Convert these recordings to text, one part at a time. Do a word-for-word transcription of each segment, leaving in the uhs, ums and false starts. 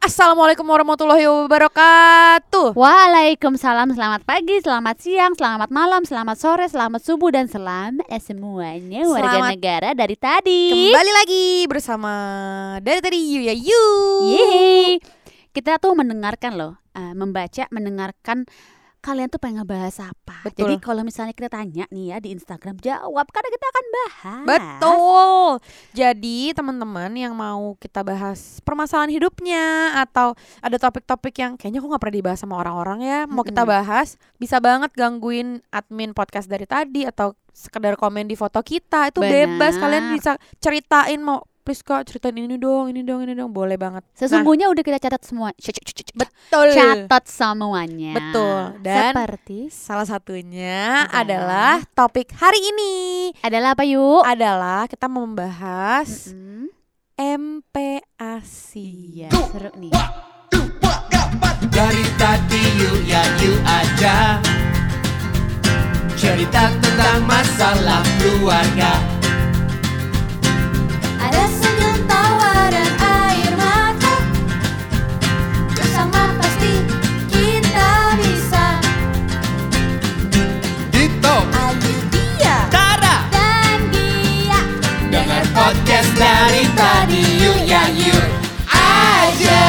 Assalamualaikum warahmatullahi wabarakatuh. Waalaikumsalam, selamat pagi, selamat siang, selamat malam, selamat sore, selamat subuh, dan selamat semuanya warga Selamat negara dari tadi. Kembali lagi bersama dari tadi you ya you. Yeay. Kita tuh mendengarkan loh, uh, membaca, mendengarkan kalian tuh pengen ngebahas apa. Betul. Jadi kalau misalnya kita tanya nih ya di Instagram, jawab karena kita akan bahas. Betul. Jadi teman-teman yang mau kita bahas permasalahan hidupnya atau ada topik-topik yang kayaknya kok nggak pernah dibahas sama orang-orang ya, mau kita bahas, bisa banget gangguin admin podcast dari tadi atau sekedar komen di foto kita. Itu Benar. bebas, kalian bisa ceritain mau please kak ceritain ini dong, ini dong, ini dong, boleh banget. Sesungguhnya udah kita catat semua. Betul. Catat semuanya. Betul. Dan seperti salah satunya Adalah? adalah topik hari ini adalah apa yuk? adalah kita mau membahas Mm-mm. M P A S I. Iya, seru nih. Dari tadi you ya you aja cerita tentang masalah keluarga. Ada senyum tawa dan air mata, bersama pasti kita bisa. Dito, Ayu dia Tara, dan dia, dengar podcast dari tadi you ya you aja.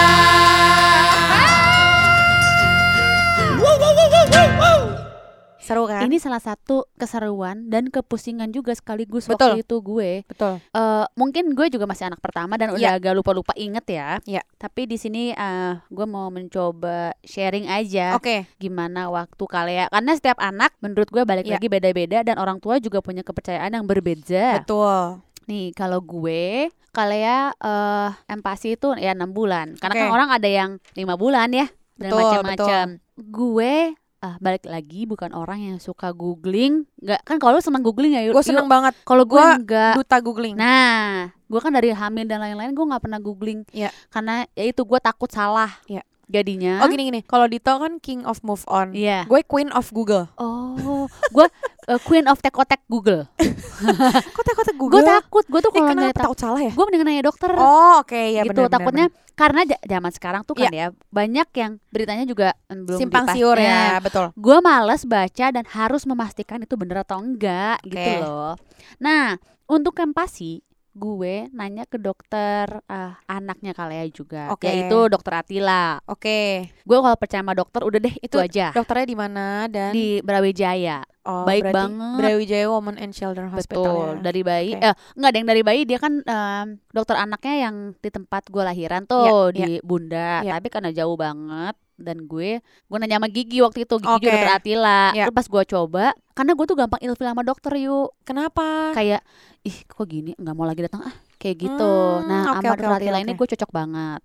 Wow, wow, wow, wow, wow, wow. Seru kan? Ini salah satu keseruan dan kepusingan juga sekaligus Betul. waktu itu gue. Betul. Eh, mungkin gue juga masih anak pertama dan udah Ya. agak lupa-lupa inget ya. Ya. Tapi di sini eh, gue mau mencoba sharing aja Oke. gimana waktu kalian, karena setiap anak menurut gue balik Ya. lagi beda-beda dan orang tua juga punya kepercayaan yang berbeda. Betul. Nih kalau gue, kalian eh empati itu ya enam bulan. Karena Oke. kan orang ada yang lima bulan ya dan Betul, macam-macam. Gue ah balik lagi bukan orang yang suka googling. Nggak, kan kalau lu seneng googling ya yuk. Gue seneng banget. Kalau gue Gua enggak. Duta googling. Nah, gue kan dari hamil dan lain-lain gue nggak pernah googling. Iya. Karena ya itu gue takut salah. Iya. Jadinya. Oh gini-gini. Kalau Dito kan king of move on. Iya. Gue queen of Google. Oh, gue uh, queen of tekotek Google. Kok takut Gue Google? takut, gue tuh Eh, kalau kenapa nyari takut salah ya? gue mendingan nanya dokter. Oh oke ya gitu benar. takutnya karena ja- zaman sekarang tuh kan ya banyak yang beritanya juga mm, belum simpang dipasti- siur Nah, ya, betul. gue males baca dan harus memastikan itu bener atau enggak Oke. gitu loh. Nah untuk empati gue nanya ke dokter ah, anaknya kalian juga, Oke. yaitu dokter Atila. Oke. Gue kalau percaya sama dokter udah deh itu, Itu aja Dokternya di mana dan di Brawijaya. oh, baik berarti banget. Brawijaya Women and Children Hospital. Betul, ya. dari bayi Oke. eh enggak ada yang dari bayi, dia kan em, dokter anaknya yang di tempat gue lahiran tuh Iya, di Bunda, iya. tapi karena jauh banget dan gue gue nanya sama Gigi waktu itu, Gigi Oke. juga dokter Atila. Iya. Terus pas gue coba, karena gue tuh gampang ilfil sama dokter yuk, Kenapa? kayak ih kok gini nggak mau lagi datang ah kayak gitu. Hmm, Nah oke, sama oke, dokter oke, Atila oke. ini gue cocok banget.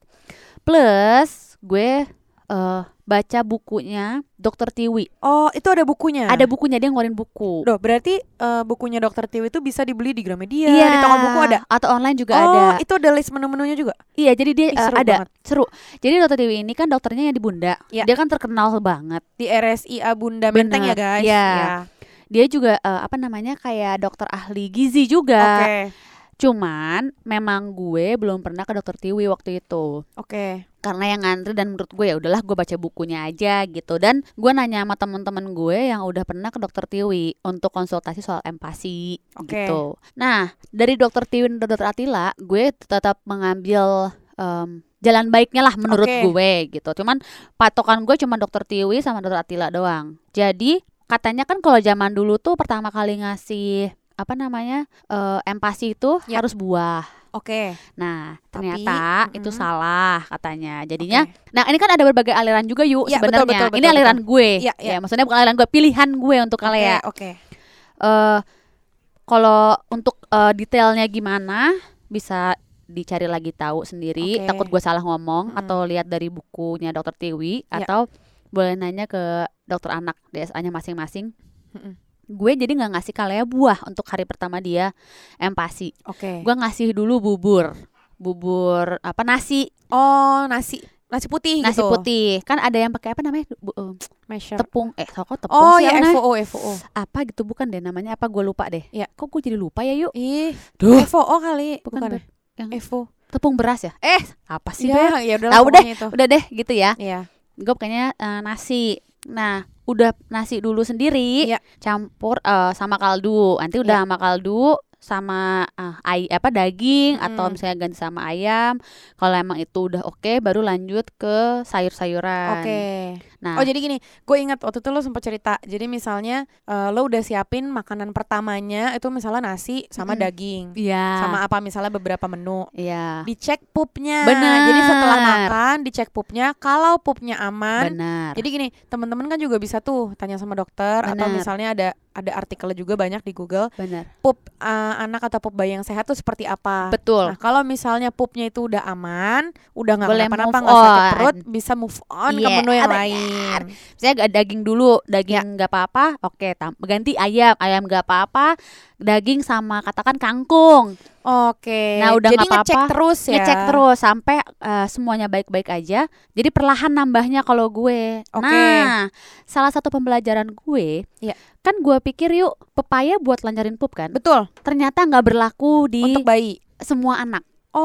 Plus gue eh, baca bukunya dokter Tiwi. Oh itu ada bukunya. Ada bukunya, dia ngeluarin buku. Duh, berarti eh, bukunya dokter Tiwi itu bisa dibeli di Gramedia, Iya, di toko buku ada. atau online juga Oh, ada. itu ada list menu-menunya juga. Iya, jadi dia Ih, eh, seru ada banget. seru. Jadi dokter Tiwi ini kan dokternya yang di Bunda. Iya. Dia kan terkenal banget. Di R S I A Bunda Menteng ya, Bener. guys. Iya. Ya. Dia juga eh, apa namanya kayak dokter ahli gizi juga. Oke. Cuman memang gue belum pernah ke dokter Tiwi waktu itu. Oke. Karena yang ngantri dan menurut gue ya udahlah gue baca bukunya aja gitu. Dan gue nanya sama teman-teman gue yang udah pernah ke dokter Tiwi untuk konsultasi soal empati Oke. gitu. Nah, dari dokter Tiwi dan dokter Atila, gue tetap mengambil em, jalan baiknya lah menurut Oke. gue gitu. Cuman patokan gue cuma dokter Tiwi sama dokter Atila doang. Jadi katanya kan kalau zaman dulu tuh pertama kali ngasih apa namanya eh, empati itu Ya. harus buah. Oke. Nah, Tapi, ternyata itu mm-mm. salah katanya. Jadinya, Oke. nah ini kan ada berbagai aliran juga yuk Ya, betul, sebenarnya. betul, Ini betul, aliran gue, Iya, iya. ya maksudnya bukan aliran gue, pilihan gue untuk Oke, kalian. Oke. Eh, kalau untuk eh, detailnya gimana bisa dicari lagi tahu sendiri. Oke. Takut gue salah ngomong Mm. atau lihat dari bukunya dokter Tiwi Ya. atau boleh nanya ke dokter anak D S A-nya masing-masing. Mm-mm. Gue jadi nggak ngasih kalian buah untuk hari pertama dia empati. Oke. Gue ngasih dulu bubur, bubur apa nasi, Oh, nasi. Nasi putih nasi gitu. putih. Kan ada yang pakai apa namanya? Bu- eh, Measure. tepung. Eh, kok tepung Oh sih ya apa F namanya? O O F O O. Apa gitu bukan deh namanya, apa gue lupa deh. Iya. Kok gue jadi lupa ya yuk? Ih, Duh. F O O kali. Bukan, Bukan, Beb. Yang Evo. tepung beras ya. Eh, apa sih Beb? Iya, ya udah Tahu deh. itu. Udah deh gitu ya. Iya. Gue pakainya uh, nasi. Nah, udah nasi dulu sendiri, Iya. campur uh, sama kaldu. Nanti udah Iya. sama kaldu sama uh, ay apa daging Mm. atau misalnya ganti sama ayam. Kalau emang itu udah oke, baru lanjut ke sayur-sayuran. Oke. Nah, Oh jadi gini, gue ingat waktu itu lo sempat cerita. Jadi misalnya eh, lo udah siapin makanan pertamanya itu misalnya nasi sama Mm-mm. daging, iya. sama apa misalnya beberapa menu. Iya. Dicek pupnya. Benar. Jadi setelah makan dicek pupnya. Kalau pupnya aman. Benar. Jadi gini, teman-teman kan juga bisa tuh tanya sama dokter atau Benar. misalnya ada ada artikelnya juga banyak di Google. Benar. Pup eh, anak atau pup bayi yang sehat tuh seperti apa. Betul. Nah, kalau misalnya pupnya itu udah aman, udah nggak Boleh kenapa-napa, move nggak sakit on. perut, bisa move on ke Iya, menu yang benar. lain. Saya agak daging dulu, daging nggak apa-apa, oke, tam- ganti ayam, ayam nggak apa-apa, daging sama katakan kangkung. Oke. Nah, udah jadi nggak ngecek apa-apa, terus ya. Ngecek terus sampai eh, semuanya baik-baik aja. Jadi perlahan nambahnya kalau gue. Oke. Nah, salah satu pembelajaran gue, Iya. kan gue pikir yuk pepaya buat lancarin pup kan. Betul. Ternyata nggak berlaku di Untuk bayi. semua anak.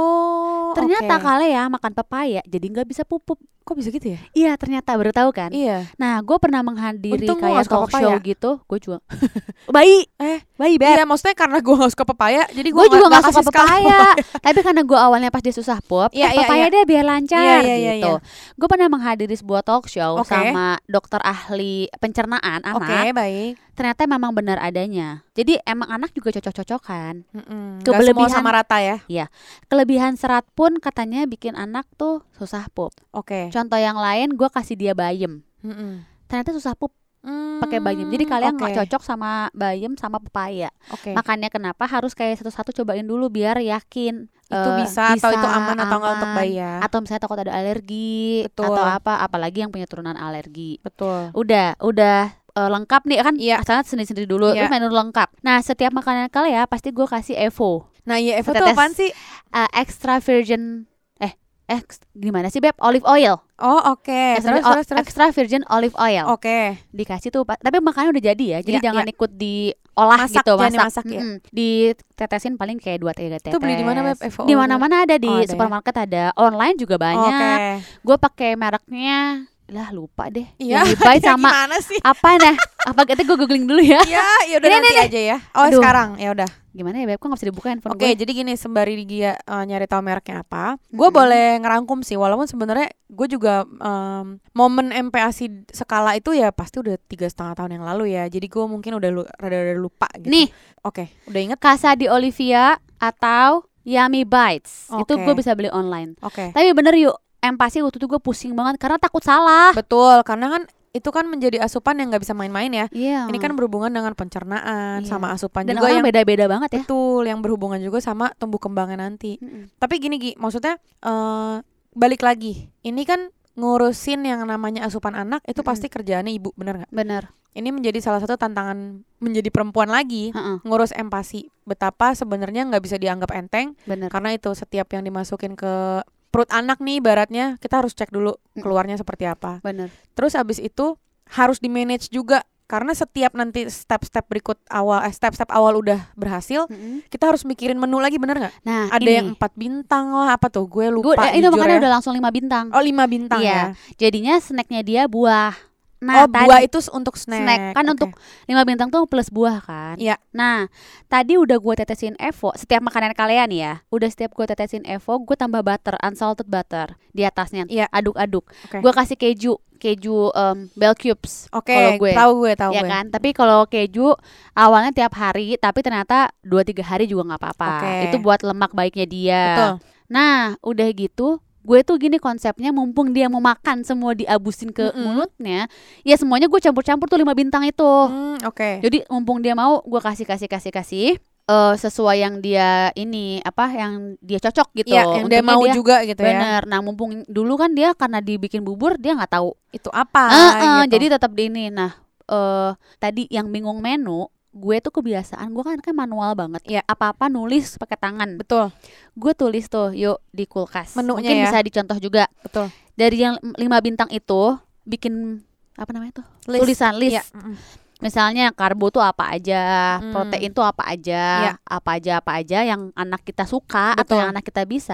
Oh. Ternyata oke. kali ya makan pepaya, jadi nggak bisa pupup. Kok bisa gitu ya? Iya, ternyata baru tahu kan. Iya. Nah, gue pernah menghadiri Untung gua kayak nggak suka talk pepaya. show gitu. Gue juga bayi, Eh, bayi beb. iya maksudnya karena gue gak suka pepaya, jadi gue Gue juga nggak suka kasih sekali pepaya. Tapi karena gue awalnya pas dia susah pup, Iya, eh, iya, pepaya iya. deh biar lancar Iya, iya, iya, gitu. Gue pernah menghadiri sebuah talk show Oke. sama dokter ahli pencernaan Oke, anak. baik. Ternyata memang benar adanya. Jadi emang anak juga cocok-cocokan. Mm-mm. Nggak Kebelebihan- semua sama rata ya. Kelebihan serat pun katanya bikin anak tuh susah pup. Oke. Contoh yang lain, gue kasih dia bayem. Mm-mm. Ternyata susah pup Hmm, pakai bayem. Jadi kalian nggak oke. cocok sama bayem sama pepaya. Oke. Makanya kenapa harus kayak satu-satu cobain dulu biar yakin Itu eh, bisa, atau itu aman atau enggak untuk aman. bayi ya. Atau misalnya takut ada alergi Betul. atau apa, apalagi yang punya turunan alergi. Betul. Udah, udah eh, lengkap nih kan? Iya. Asalnya sendiri-sendiri dulu, Iya. terus menu lengkap. Nah, setiap makanan kalian ya pasti gue kasih Evo, Nah, iya Evo tuh Setetes. apaan sih? Eh, extra virgin, eh, eh gimana sih Beb? Olive oil. Oh, oke. extra, Terus terus terus. extra virgin olive oil. Oke. Dikasih tuh, pa- tapi makannya udah jadi ya. Jadi Iya, jangan iya. ikut diolah Masak, gitu, jangan masak. dimasak ya. Mm-mm. Ditetesin paling kayak dua tiga tetes. Itu beli di mana, Beb, Evo Di oil? mana-mana ada, di Oh, ada ya? supermarket ada, online juga banyak. Oke. Gue pakai mereknya, lah lupa deh. Iya. Yang Levi's sama Gimana sih? apa nah? Apa kita gue googling dulu ya? Ya, ya udah Ini, nanti ini, aja ya. Oh, Aduh. sekarang ya udah. Gimana ya Beb? Kok nggak bisa dibuka handphone Oke, gue? jadi gini sembari Gia eh, nyari tahu mereknya apa, gue Mm-mm. boleh ngerangkum sih. Walaupun sebenarnya gue juga em, momen M P A S I skala itu ya pasti udah tiga setengah tahun yang lalu ya. Jadi gue mungkin udah lu, rada-rada lupa gitu. Nih, Oke, udah inget? Casa di Olivia atau Yummy Bites. Itu Oke. gue bisa beli online. Oke. Tapi bener yuk, empati waktu itu gue pusing banget karena takut salah. Betul, karena kan itu kan menjadi asupan yang nggak bisa main-main ya. Iya. Ini kan berhubungan dengan pencernaan Iya. sama asupan dan juga orang yang beda-beda banget ya. betul, yang berhubungan juga sama tumbuh kembangnya nanti. Mm-mm. Tapi gini Gi, maksudnya eh balik lagi. Ini kan ngurusin yang namanya asupan anak itu Mm-mm. pasti kerjaannya ibu, bener nggak? Bener. Ini menjadi salah satu tantangan menjadi perempuan lagi, Heeh, ngurus empati. Betapa sebenarnya nggak bisa dianggap enteng bener. karena itu setiap yang dimasukin ke perut anak nih ibaratnya kita harus cek dulu Mm. keluarnya seperti apa. Bener. Terus abis itu harus di manage juga karena setiap nanti step-step berikut awal eh, step-step awal udah berhasil, Mm-mm. kita harus mikirin menu lagi, bener nggak? Nah, Ada ini. yang empat bintang lah, apa tuh? Gue Gue lupa. itu jujur makanya ya. udah langsung lima bintang. Oh, lima bintang Iya. ya. Jadinya snacknya dia buah. Nah, Oh, tadi buah itu untuk snack. snack kan Oke. untuk lima bintang tuh plus buah kan. Iya. Nah, tadi udah gue tetesin Evo. Setiap makanan kalian ya, udah setiap gue tetesin Evo, gue tambah butter, unsalted butter di atasnya. Iya. Aduk-aduk. Oke. Gue kasih keju, keju em, bell cubes. Oke, kalau gue. tahu gue, tahu Ya gue. kan, tapi kalau keju awalnya tiap hari, tapi ternyata dua tiga hari juga nggak apa-apa. Oke. Itu buat lemak baiknya dia. Betul. Nah, udah gitu, gue tuh gini konsepnya, mumpung dia mau makan semua diabusin ke Mm-mm. mulutnya, ya semuanya gue campur-campur tuh lima bintang itu. Hmm, oke. Jadi mumpung dia mau, gue kasih kasih kasih kasih eh, sesuai yang dia ini apa yang dia cocok gitu. Iya, yang dia Untungnya mau juga gitu ya. bener. Nah, mumpung dulu kan dia karena dibikin bubur dia nggak tahu. Itu apa Eh, eh, gitu. Jadi tetap di ini. Nah, eh tadi yang bingung menu, gue tuh kebiasaan gue kan kan manual banget. Iya. Apa-apa nulis pakai tangan. Betul, Gue tulis tuh, yuk di kulkas. Menunya Mungkin ya. bisa dicontoh juga. betul. Dari yang lima bintang itu bikin apa namanya tuh? List. Tulisan list. Iya, mm-mm. Misalnya karbo tuh apa aja, Hmm. protein tuh apa aja, Iya. apa aja apa aja yang anak kita suka atau Betul. yang anak kita bisa.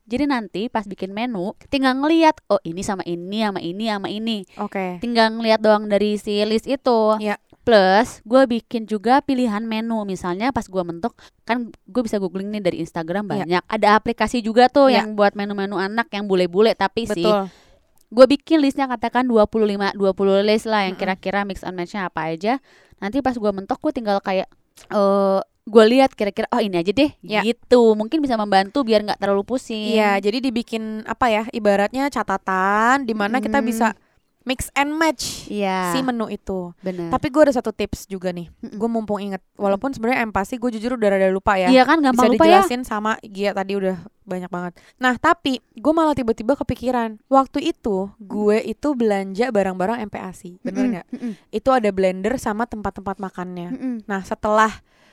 Jadi nanti pas bikin menu tinggal ngeliat, oh ini sama ini sama ini sama ini. Oke. Tinggal ngeliat doang dari si list itu. Iya. Plus gue bikin juga pilihan menu. Misalnya pas gue mentok, kan gue bisa googling nih dari Instagram banyak. Ada aplikasi juga tuh Iya. yang buat menu-menu anak yang bule-bule. Tapi sih Betul. gue bikin listnya katakan dua puluh lima dua puluh list lah yang Mm-mm. kira-kira mix and match-nya apa aja. Nanti pas gue mentok gue tinggal kayak eh gue lihat kira-kira oh ini aja deh Ya. gitu. Mungkin bisa membantu biar nggak terlalu pusing. Iya, jadi dibikin apa ya? Ibaratnya catatan di mana kita Mm. bisa mix and match Iya. si menu itu. Bener. Tapi gue ada satu tips juga nih. Mm-mm. Gue mumpung inget, walaupun sebenarnya empati gue jujur udah rada lupa ya. Iya kan gampang Bisa lupa ya. dijelasin sama Gia tadi udah banyak banget. Nah tapi gue malah tiba-tiba kepikiran waktu itu gue itu belanja barang-barang M P A S I, bener Mm-mm, nggak? mm-mm, Itu ada blender sama tempat-tempat makannya. mm-mm, Nah setelah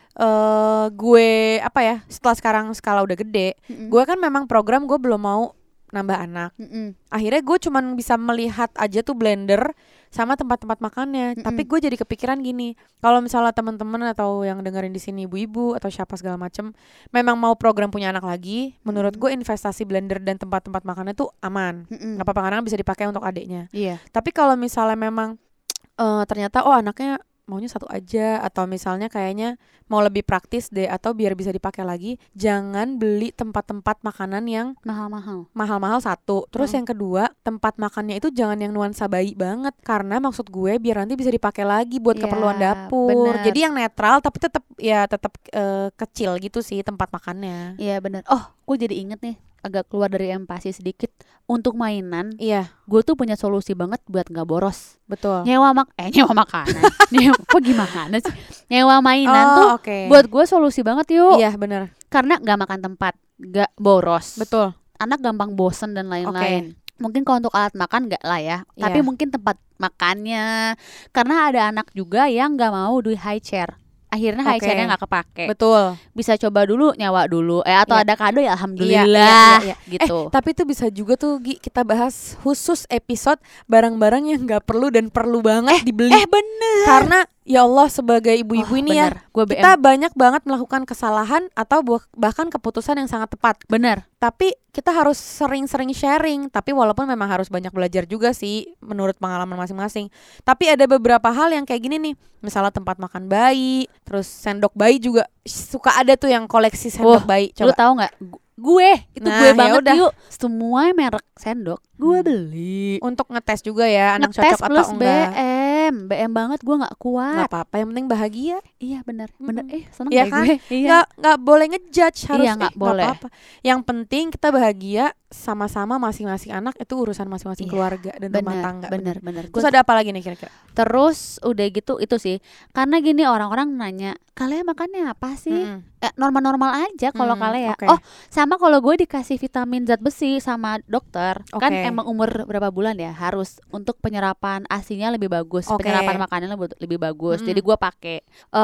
eh gue apa ya? Setelah sekarang skala udah gede, mm-mm, gue kan memang program gue belum mau nambah anak. mm-mm. Akhirnya gue cuman bisa melihat aja tuh blender sama tempat-tempat makannya. Mm-mm. Tapi gue jadi kepikiran gini, kalau misalnya teman-teman atau yang dengerin di sini ibu-ibu atau siapa segala macem memang mau program punya anak lagi, menurut gue investasi blender dan tempat-tempat makannya tuh aman. Mm-mm. Nggak apa-apa karena bisa dipakai untuk adiknya. Iya. Tapi kalau misalnya memang eh, ternyata oh anaknya maunya satu aja, atau misalnya kayaknya mau lebih praktis deh atau biar bisa dipakai lagi, jangan beli tempat-tempat makanan yang Mahal-mahal. mahal-mahal satu. Terus Hmm. yang kedua, tempat makannya itu jangan yang nuansa bayi banget, karena maksud gue biar nanti bisa dipakai lagi buat Iya, keperluan dapur. bener. Jadi yang netral tapi tetap ya tetap eh, kecil gitu sih tempat makannya. Iya benar. Oh, gue jadi inget nih, agak keluar dari empati sedikit. Untuk mainan, Iya, gue tuh punya solusi banget buat nggak boros. betul. Nyewa mak, eh nyewa makanan. Nyewa, kok gimana sih? Nyewa mainan Oh, tuh oke. buat gue solusi banget yuk. Iya, bener. Karena nggak makan tempat, nggak boros. Betul. Anak gampang bosen dan lain-lain. Mungkin kalau untuk alat makan nggak lah ya. Tapi Iya. mungkin tempat makannya. Karena ada anak juga yang nggak mau di high chair. Akhirnya high Oke. chairnya nggak kepake. Betul. Bisa coba dulu, nyawa dulu. Eh atau Iya. ada kado ya Iya, alhamdulillah iya, iya, iya. gitu. Eh, tapi itu bisa juga tuh Gi, kita bahas khusus episode barang-barang yang nggak perlu dan perlu banget dibeli. Eh bener. Karena ya Allah sebagai ibu-ibu Oh, ini ya, gue B M. kita banyak banget melakukan kesalahan atau bu- bahkan keputusan yang sangat tepat. Bener. Tapi kita harus sering-sering sharing. Tapi walaupun memang harus banyak belajar juga sih menurut pengalaman masing-masing. Tapi ada beberapa hal yang kayak gini nih. Misalnya tempat makan bayi, terus sendok bayi juga suka ada tuh yang koleksi sendok Wah, bayi. Lu Coba. tahu nggak? Gu- Gue itu Nah, gue ya banget udah. yuk. Semua merek sendok gue Hmm. beli. Untuk ngetes juga ya anak Ngetes cocok plus atau B enggak. M, B M banget gue nggak Nggak kuat. apa-apa, yang penting bahagia. Iya bener, bener. Mm-mm. Eh seneng Iya deh kan? gue. Iya. Nggak nggak boleh ngejudge harus Iya, nggak eh, boleh. apa-apa. Yang penting kita bahagia sama-sama masing-masing anak, itu urusan masing-masing Iya, keluarga dan rumah Bener, tangga. bener, bener. Terus Gua- ada apa lagi nih kira-kira? Terus udah gitu itu sih. Karena gini orang-orang nanya, kalian makannya apa sih? Mm-mm. Eh, normal-normal aja kalau Hmm, kalian ya. oke. Oh, sama kalau gue dikasih vitamin zat besi sama dokter. Kan Oke. emang umur berapa bulan ya harus untuk penyerapan asinya lebih bagus, Oke. penyerapan makanannya lebih, lebih bagus. Mm-mm. Jadi gue pakai.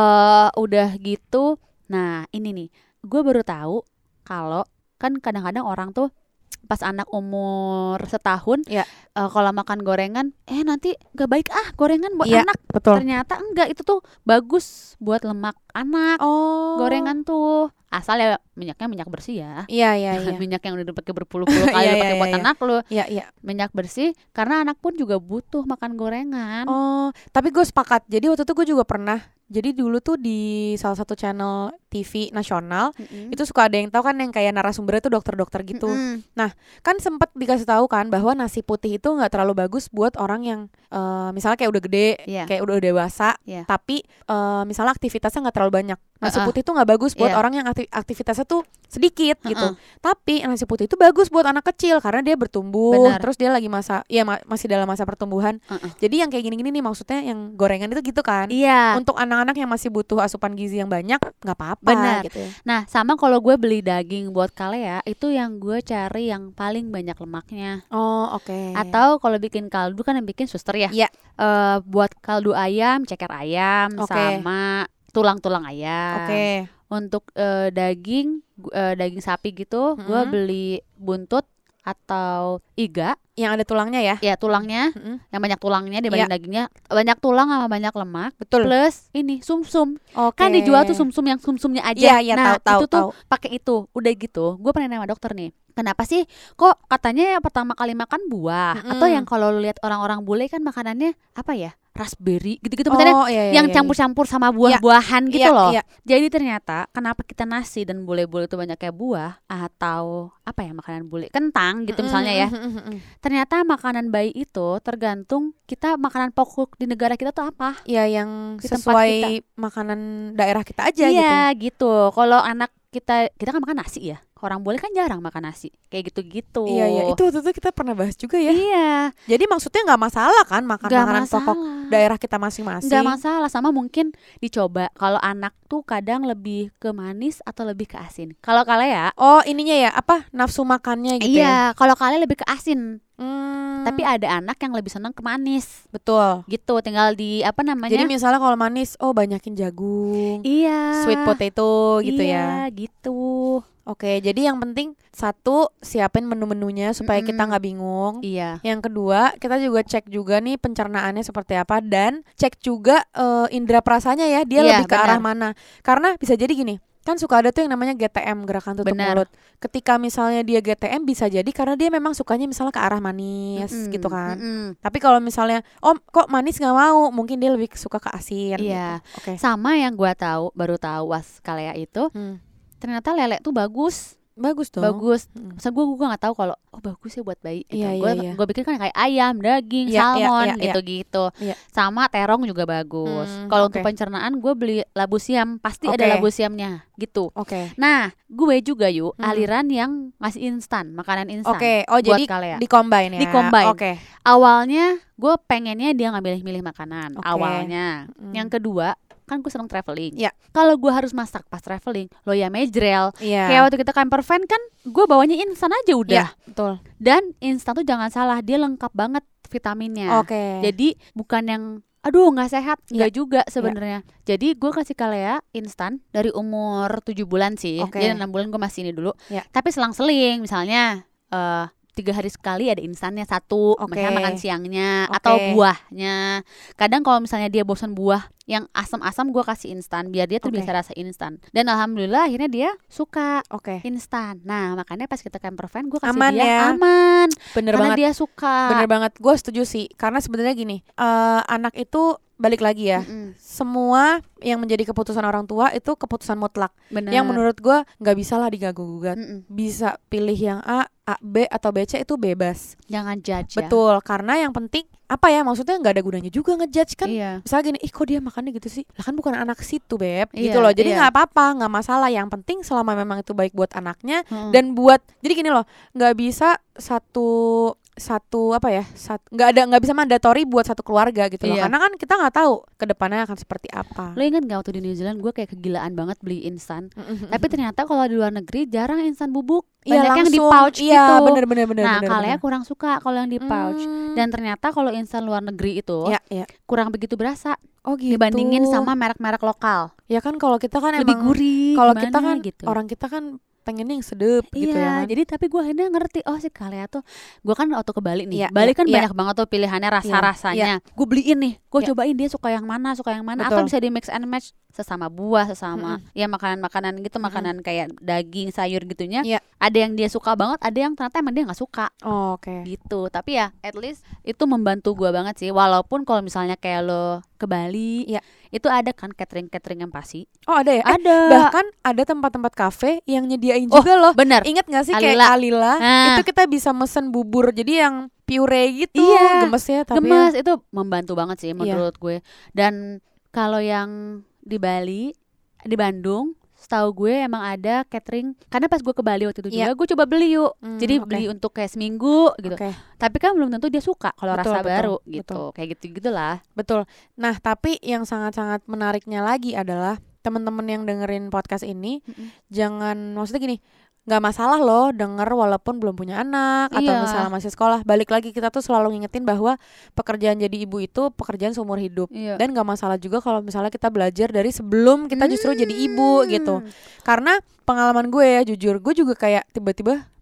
Eh udah gitu. Nah, ini nih. Gue baru tahu kalau kan kadang-kadang orang tuh pas anak umur setahun Iya. eh, kalau makan gorengan eh nanti gak baik ah gorengan buat Iya, anak. betul. Ternyata enggak, itu tuh bagus buat lemak anak. Oh. Gorengan tuh asal ya minyaknya minyak bersih ya. Iya, iya, Jangan iya. minyak yang udah dipakai berpuluh-puluh kali Iya, dipakai iya, buat iya. anak lu. Iya, iya. Minyak bersih karena anak pun juga butuh makan gorengan. Oh, tapi gue sepakat. Jadi waktu itu gue juga pernah. Jadi dulu tuh di salah satu channel T V nasional Mm-mm. itu suka ada yang tahu kan yang kayak narasumbernya tuh dokter-dokter gitu. Mm-mm. Kan sempat dikasih tahu kan bahwa nasi putih itu nggak terlalu bagus buat orang yang eh, misalnya kayak udah gede, Iya. kayak udah dewasa, Iya. tapi eh, misalnya aktivitasnya nggak terlalu banyak. Nasi Uh-uh. putih itu nggak bagus buat Iya. orang yang akti- aktivitasnya tuh sedikit gitu. Uh-uh. Tapi nasi putih itu bagus buat anak kecil karena dia bertumbuh, Benar. terus dia lagi masa, ya ma- masih dalam masa pertumbuhan. Uh-uh. Jadi yang kayak gini-gini nih maksudnya yang gorengan itu gitu kan. Iya. Untuk anak-anak yang masih butuh asupan gizi yang banyak nggak apa-apa Benar. gitu ya. Nah, sama kalau gue beli daging buat Kalea, itu yang gue cari yang paling banyak lemaknya. Oh, oke. Atau kalau bikin kaldu kan yang bikin suster ya. Iya. Eh, buat kaldu ayam, ceker ayam Oke. sama tulang-tulang ayam. Oke. Untuk eh, daging gu- eh, daging sapi gitu, gue Mm-mm. beli buntut atau iga, Yang ada tulangnya ya. ya tulangnya, Mm-mm. yang banyak tulangnya dibanding Iya. dagingnya, banyak tulang sama banyak lemak. Betul. Plus ini sumsum. Oke. Kan dijual tuh sumsum yang sumsumnya aja. Iya, iya, nah, tahu, tahu, itu tuh tahu. pakai itu. Udah gitu, gue pernah nanya sama dokter nih. kenapa sih kok katanya pertama kali makan buah, Mm-mm. atau yang kalau lu lihat orang-orang bule kan makanannya apa ya, raspberry gitu-gitu, maksudnya Oh, iya, iya, yang iya, campur-campur sama buah-buahan gitu iya, loh. iya. Jadi ternyata kenapa kita nasi dan bule-bule itu banyak kayak buah atau apa ya, makanan bule, kentang gitu misalnya ya. Mm, mm, mm, mm. Ternyata makanan bayi itu tergantung kita makanan pokok di negara kita tuh apa. Iya, yang Di tempat sesuai makanan daerah kita aja gitu. Iya gitu. Kalau anak kita kita kan makan nasi ya. Orang bule kan jarang makan nasi. Kayak gitu-gitu. Iya, iya, itu waktu itu kita pernah bahas juga ya. Iya. Jadi maksudnya nggak masalah kan makan Nggak makanan masalah. pokok daerah kita masing-masing. Nggak masalah, sama mungkin dicoba. Kalau anak tuh kadang lebih ke manis atau lebih ke asin. Kalau kalian ya, Oh, ininya ya, apa nafsu makannya gitu ya. iya, kalau kalian lebih ke asin. Hmm, Tapi ada anak yang lebih senang ke manis. betul. Gitu, tinggal di apa namanya? Jadi misalnya kalau manis, oh banyakin jagung, iya. sweet potato gitu iya, ya. gitu. Oke, jadi yang penting satu siapin menu-menunya supaya kita Mm-mm. nggak bingung. Iya. Yang kedua, kita juga cek juga nih pencernaannya seperti apa dan cek juga eh, indera perasanya ya, dia Iya, lebih ke benar. arah mana. Karena bisa jadi gini, kan suka ada tuh yang namanya G T M, gerakan tutup Benar. mulut. Ketika misalnya dia G T M bisa jadi karena dia memang sukanya misalnya ke arah manis Mm-mm, gitu kan. mm-mm. Tapi kalau misalnya, oh kok manis nggak mau, mungkin dia lebih suka ke asin. Iya. gitu. Oke. Sama yang gua tahu, baru tahu was kalea itu, Hmm. ternyata lele tuh bagus. Bagus dong. Bagus. Mm. Masa gue gue nggak tahu kalau oh bagus ya buat bayi. Gitu. Iya, Gue iya, iya. gue pikir kan kayak ayam, daging, Iya, iya, salmon iya, iya. gitu-gitu. Iya. Sama terong juga bagus. Hmm, Kalau oke. untuk pencernaan gue beli labu siam, pasti Oke. ada labu siamnya gitu. Oke. Nah, gue juga yuk Hmm. aliran yang ngasih instan, makanan instan. Oke. Oh buat jadi kalea. di-combine ya. Di-combine. Oke. Awalnya gue pengennya dia nggak milih-milih makanan. Oke. Awalnya. Mm. Yang kedua, kan gue seneng traveling. Iya. Kalau gue harus masak pas traveling, lo ya mejrel. Iya. Kayak waktu kita camper van kan, gue bawanya instan aja udah. Iya, betul. Dan instan tuh jangan salah, dia lengkap banget vitaminnya. Oke. Jadi bukan yang aduh nggak sehat, nggak Iya. juga sebenarnya. Jadi gue kasih kalea instan dari umur tujuh bulan sih. Oke. Jadi enam bulan gue masih ini dulu. Iya. Tapi selang-seling misalnya eh tiga hari sekali ada instannya satu, Oke. misalnya makan siangnya Oke. atau buahnya. Kadang kalau misalnya dia bosan buah yang asam-asam, gue kasih instan biar dia tuh Oke. bisa rasa instan. Dan alhamdulillah akhirnya dia suka Oke. instan. Nah makanya pas kita camper van gue kasih Aman dia ya. aman, Bener karena banget. dia suka. Bener banget. Gue setuju sih. Karena sebenarnya gini, eh, anak itu balik lagi ya. Mm-mm. Semua yang menjadi keputusan orang tua itu keputusan mutlak. Bener. Yang menurut gue nggak bisa lah diganggu-gugat. Mm-mm. Bisa pilih yang A, A, B atau B C itu bebas. Jangan judge ya. Betul. Karena yang penting apa ya? Maksudnya nggak ada gunanya juga ngejudge kan. Iya. Misalnya gini, ih kok dia makannya gitu sih? Lah kan bukan anak situ beb, Iya, gitu loh. Jadi iya. nggak apa-apa, nggak masalah. Yang penting selama memang itu baik buat anaknya Mm-mm. dan buat. Jadi gini loh, nggak bisa satu satu apa ya? Sat, nggak ada nggak bisa mandatori buat satu keluarga gitu loh. Iya. Karena kan kita nggak tahu kedepannya akan seperti apa. Lo inget gak waktu di New Zealand gue kayak kegilaan banget beli instan. Tapi ternyata kalau di luar negeri jarang instan bubuk. Iya, Banyak yang di langsung. pouch Iya, gitu. bener bener bener. Nah bener, kalea bener. kurang suka kalau yang di pouch. Hmm. Dan ternyata kalau instan luar negeri itu ya, ya. kurang begitu berasa Oh gitu. dibandingin sama merek-merek lokal. ya kan kalau kita kan Lebih emang gurih. kalau gimana kita kan gitu. orang kita kan pengennya yang sedep Iya, gitu ya kan. jadi tapi gue akhirnya ngerti, oh si kalea tuh, gue kan waktu ke Bali nih, Iya, Bali iya, kan iya. banyak banget tuh pilihannya rasa-rasanya. Gue beliin nih, gue Iya. cobain dia suka yang mana, suka yang mana, Betul. atau bisa di mix and match sesama buah, sesama ya makanan-makanan gitu, makanan kayak daging, sayur gitunya. Iya. Ada yang dia suka banget, ada yang ternyata emang dia nggak suka Oh, oke. gitu. Tapi ya, at least itu membantu gue banget sih. Walaupun kalau misalnya kayak lo ke Bali, Iya. itu ada kan catering-catering yang pasti. Oh ada ya? Eh, Ada. bahkan ada tempat-tempat kafe yang nyediain Oh, juga loh. Bener. Ingat gak sih Alila. kayak Alila? Nah. Itu kita bisa mesen bubur jadi yang pure gitu. Iya, Gemesnya tapi Gemes ya- itu membantu banget sih menurut gue. Dan kalau yang di Bali, di Bandung, setahu gue emang ada catering. Karena pas gue ke Bali waktu itu Iya. juga, gue coba beli yuk. Hmm, Jadi oke. beli untuk kayak seminggu gitu. Oke, Tapi kan belum tentu dia suka kalau Betul, rasa betul, baru betul. gitu. Kayak gitu-gitulah. betul. Nah tapi yang sangat-sangat menariknya lagi adalah teman-teman yang dengerin podcast ini Mm-mm. jangan, maksudnya gini, nggak masalah loh denger walaupun belum punya anak atau Iya. misalnya masih sekolah. Balik lagi kita tuh selalu ngingetin bahwa pekerjaan jadi ibu itu pekerjaan seumur hidup. Iya. Dan nggak masalah juga kalau misalnya kita belajar dari sebelum kita justru jadi ibu gitu. Hmm. Karena pengalaman gue ya jujur, gue juga kayak tiba-tiba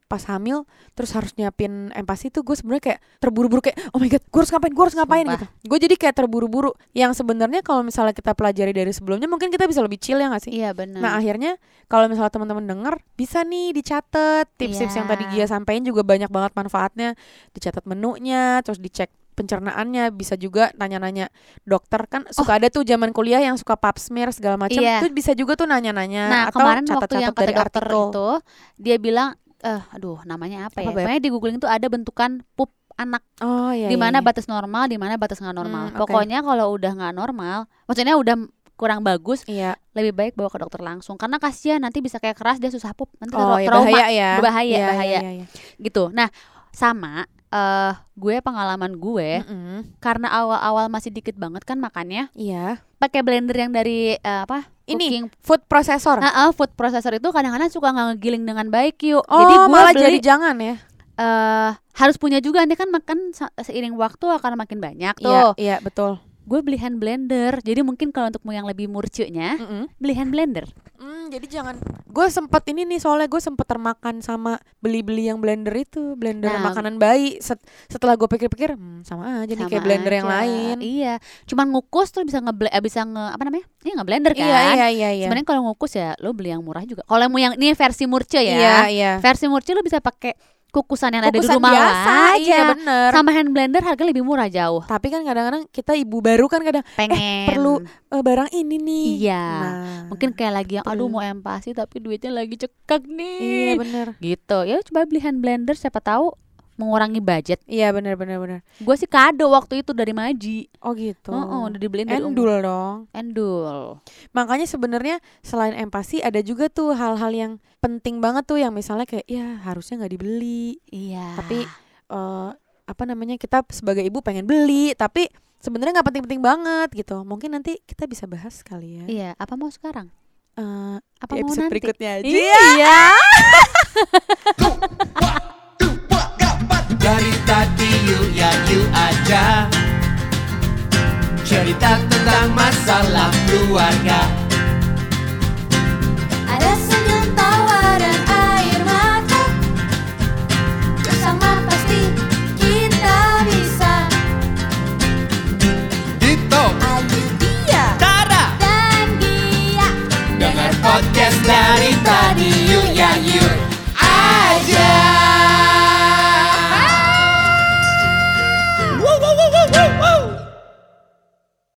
pas hamil terus harus nyiapin empati tuh gue sebenarnya kayak terburu-buru kayak oh my god gue harus ngapain gue harus ngapain Sumpah. gitu. Gue jadi kayak terburu-buru yang sebenarnya kalau misalnya kita pelajari dari sebelumnya mungkin kita bisa lebih chill ya nggak sih? Iya benar. Nah akhirnya kalau misalnya teman-teman denger bisa nih dicatat tips-tips Iya. yang tadi Gia sampaikan juga banyak banget manfaatnya. Dicatat menunya, terus dicek pencernaannya, bisa juga nanya-nanya dokter kan suka ada tuh zaman kuliah yang suka pap smear segala macam. Iya. Itu bisa juga tuh nanya-nanya Nah atau kemarin waktu catat-catat yang kata dari dokter artikel. itu, dia bilang, eh, aduh namanya apa, Apa, ya? Beb? Pokoknya di googling tuh ada bentukan pup anak. Oh iya. Di mana iya. batas normal, di mana batas nggak normal. Hmm, oke. Pokoknya kalau udah nggak normal, maksudnya udah kurang bagus, Iya. lebih baik bawa ke dokter langsung. Karena kasihan nanti bisa kayak keras dia susah pup, nanti Oh iya, trauma, bahaya ya. berbahaya, Iya, bahaya. iya, iya. Gitu. Nah sama eh gue pengalaman gue Mm-mm. karena awal-awal masih dikit banget kan makannya, Iya. pakai blender yang dari eh, apa? Ini Cooking. food processor. Nah, food processor itu kadang-kadang suka nggak ngegiling dengan baik yuk. Oh Jadi gue malah beli jadi jangan ya. eh harus punya juga, nanti kan makan sa- seiring waktu akan makin banyak Iya, tuh. iya betul. Gue beli hand blender. Jadi mungkin kalau untuk yang lebih murcunya, Mm-mm. beli hand blender. Hmm, jadi jangan. Gue sempet ini nih soalnya gue sempet termakan sama beli-beli yang blender itu, blender Nah, makanan bayi. Set- setelah gue pikir-pikir, hmm, sama aja nih Sama kayak blender yang aja. lain. Iya, cuman ngukus tuh bisa ngeble eh, bisa nge apa namanya? Ini ngeblender kan. Iya, iya, iya, iya. Sebenarnya kalau ngukus ya lo beli yang murah juga. Kalau yang mau yang ini versi murce ya. Iya, iya. Versi murce lo bisa pakai kukusan yang ada di Kukusan rumah biasa, aja. iya bener. Sama hand blender harga lebih murah jauh. Tapi kan kadang-kadang kita ibu baru kan kadang Pengen. perlu eh, barang ini nih. Iya. Nah, Mungkin kayak lagi yang aduh betul. mau empasi tapi duitnya lagi cekak nih. Iya bener. Gitu. Ya coba beli hand blender, siapa tahu mengurangi budget. Iya bener bener bener. Gue sih kado waktu itu dari Maji. Oh gitu. Oh, udah dibeliin dari Endul umur. dong. Endul. Makanya sebenarnya selain empati ada juga tuh hal-hal yang penting banget tuh yang misalnya kayak ya harusnya nggak dibeli. Iya. Tapi eh, apa namanya kita sebagai ibu pengen beli tapi sebenarnya nggak penting-penting banget gitu. Mungkin nanti kita bisa bahas kali ya. Iya, apa mau sekarang? Eh, Apa di mau episode nanti? berikutnya aja. Iya. Dari tadi yuk ya yuk aja cerita tentang masalah keluarga.